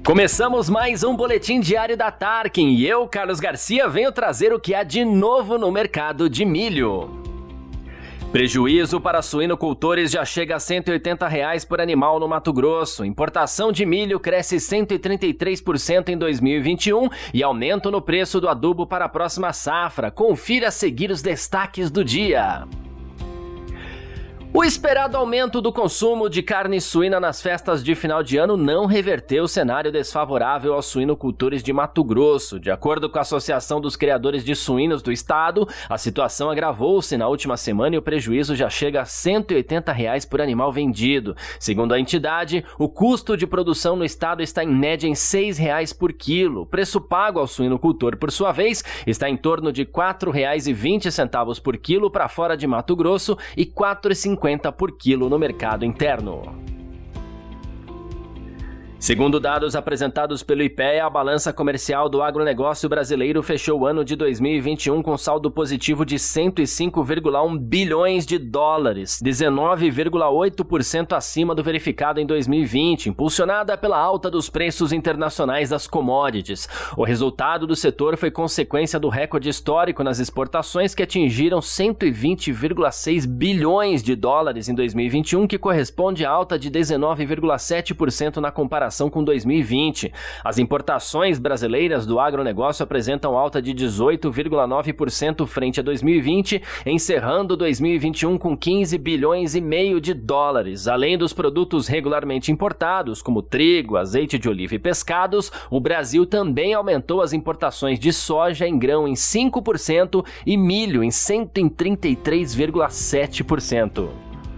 Começamos mais um Boletim Diário da Tarkin e eu, Carlos Garcia, venho trazer o que há de novo no mercado de milho. Prejuízo para suinocultores já chega a R$ 180 por animal no Mato Grosso. Importação de milho cresce 133% em 2021 e aumento no preço do adubo para a próxima safra. Confira a seguir os destaques do dia. O esperado aumento do consumo de carne suína nas festas de final de ano não reverteu o cenário desfavorável aos suinocultores de Mato Grosso. De acordo com a Associação dos Criadores de Suínos do Estado, a situação agravou-se na última semana e o prejuízo já chega a R$ 180 por animal vendido. Segundo a entidade, o custo de produção no estado está em média em R$ 6 por quilo. O preço pago ao suinocultor, por sua vez, está em torno de R$ 4,20 por quilo para fora de Mato Grosso e R$ 4,50 por quilo no mercado interno. Segundo dados apresentados pelo IPEA, a balança comercial do agronegócio brasileiro fechou o ano de 2021 com saldo positivo de 105,1 bilhões de dólares, 19,8% acima do verificado em 2020, impulsionada pela alta dos preços internacionais das commodities. O resultado do setor foi consequência do recorde histórico nas exportações, que atingiram 120,6 bilhões de dólares em 2021, que corresponde a alta de 19,7% na comparação com 2020. As importações brasileiras do agronegócio apresentam alta de 18,9% frente a 2020, encerrando 2021 com 15 bilhões e meio de dólares. Além dos produtos regularmente importados, como trigo, azeite de oliva e pescados, o Brasil também aumentou as importações de soja em grão em 5% e milho em 133,7%.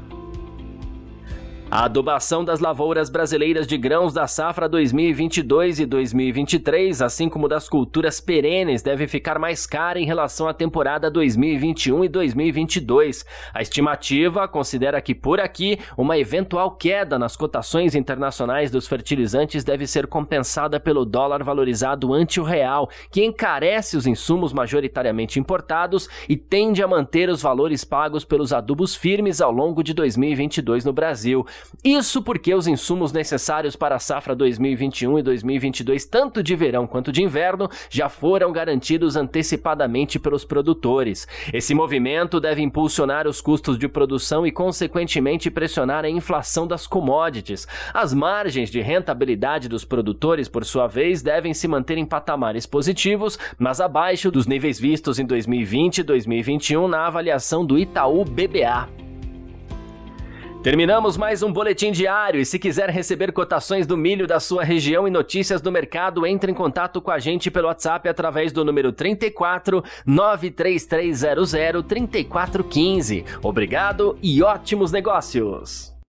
A adubação das lavouras brasileiras de grãos da safra 2022 e 2023, assim como das culturas perenes, deve ficar mais cara em relação à temporada 2021 e 2022. A estimativa considera que, por aqui, uma eventual queda nas cotações internacionais dos fertilizantes deve ser compensada pelo dólar valorizado ante o real, que encarece os insumos majoritariamente importados e tende a manter os valores pagos pelos adubos firmes ao longo de 2022 no Brasil. Isso porque os insumos necessários para a safra 2021 e 2022, tanto de verão quanto de inverno, já foram garantidos antecipadamente pelos produtores. Esse movimento deve impulsionar os custos de produção e, consequentemente, pressionar a inflação das commodities. As margens de rentabilidade dos produtores, por sua vez, devem se manter em patamares positivos, mas abaixo dos níveis vistos em 2020 e 2021 na avaliação do Itaú BBA. Terminamos mais um Boletim Diário e se quiser receber cotações do milho da sua região e notícias do mercado, entre em contato com a gente pelo WhatsApp através do número 34 93300 3415. Obrigado e ótimos negócios!